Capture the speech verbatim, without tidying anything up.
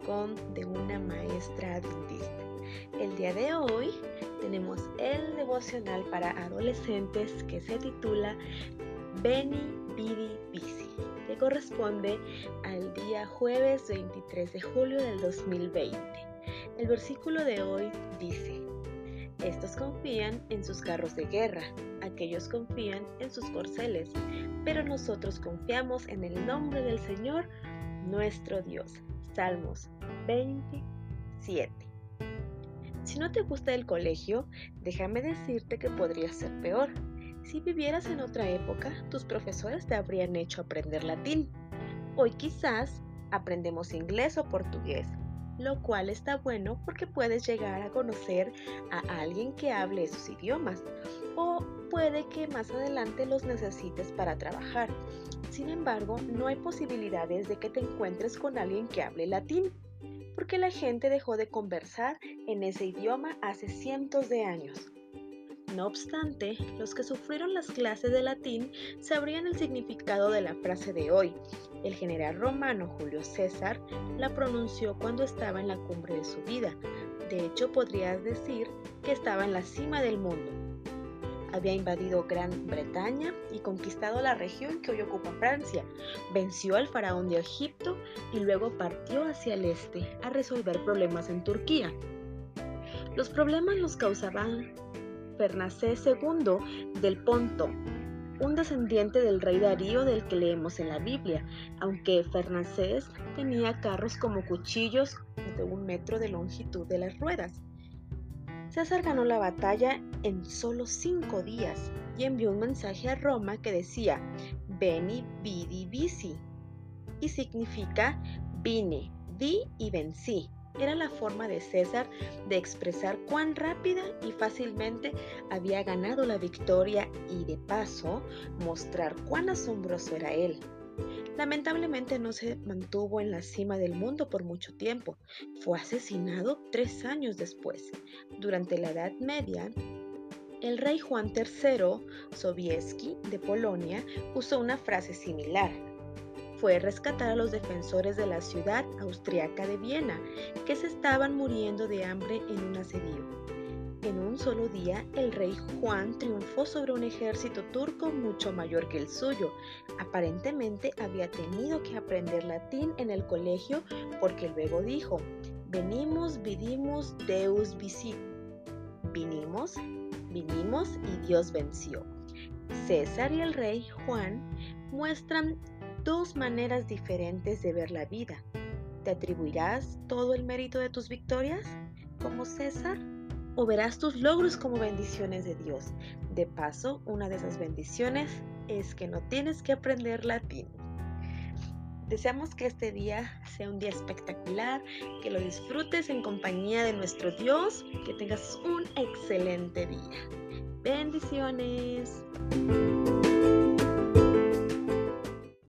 rincón de una maestra adventista. El día de hoy tenemos el devocional para adolescentes que se titula Beni Bidi Bisi, que corresponde al día jueves veintitrés de julio del dos mil veinte. El versículo de hoy dice: estos confían en sus carros de guerra, aquellos confían en sus corceles, pero nosotros confiamos en el nombre del Señor, nuestro Dios. Salmos veintisiete. Si no te gusta el colegio, déjame decirte que podría ser peor. Si vivieras en otra época, tus profesores te habrían hecho aprender latín. Hoy quizás aprendemos inglés o portugués, lo cual está bueno porque puedes llegar a conocer a alguien que hable esos idiomas, o puede que más adelante los necesites para trabajar. Sin embargo, no hay posibilidades de que te encuentres con alguien que hable latín, porque la gente dejó de conversar en ese idioma hace cientos de años. No obstante, los que sufrieron las clases de latín sabrían el significado de la frase de hoy. El general romano Julio César la pronunció cuando estaba en la cumbre de su vida. De hecho, podrías decir que estaba en la cima del mundo. Había invadido Gran Bretaña y conquistado la región que hoy ocupa Francia. Venció al faraón de Egipto y luego partió hacia el este a resolver problemas en Turquía. Los problemas los causaban Fernacés segundo del Ponto, un descendiente del rey Darío del que leemos en la Biblia, aunque Fernacés tenía carros como cuchillos de un metro de longitud de las ruedas. César ganó la batalla en solo cinco días y envió un mensaje a Roma que decía Beni Bidi Bisi, y significa vine, vi y vencí. Era la forma de César de expresar cuán rápida y fácilmente había ganado la victoria y, de paso, mostrar cuán asombroso era él. Lamentablemente no se mantuvo en la cima del mundo por mucho tiempo. Fue asesinado tres años después. Durante la Edad Media, el rey Juan tercero Sobieski de Polonia usó una frase similar. Fue rescatar a los defensores de la ciudad austriaca de Viena, que se estaban muriendo de hambre en un asedio. En un solo día, el rey Juan triunfó sobre un ejército turco mucho mayor que el suyo. Aparentemente había tenido que aprender latín en el colegio porque luego dijo: venimos, vidimos, Deus vici. Vinimos, vinimos y Dios venció. César y el rey Juan muestran dos maneras diferentes de ver la vida. ¿Te atribuirás todo el mérito de tus victorias, como César? ¿O verás tus logros como bendiciones de Dios? De paso, una de esas bendiciones es que no tienes que aprender latín. Deseamos que este día sea un día espectacular, que lo disfrutes en compañía de nuestro Dios, que tengas un excelente día. Bendiciones.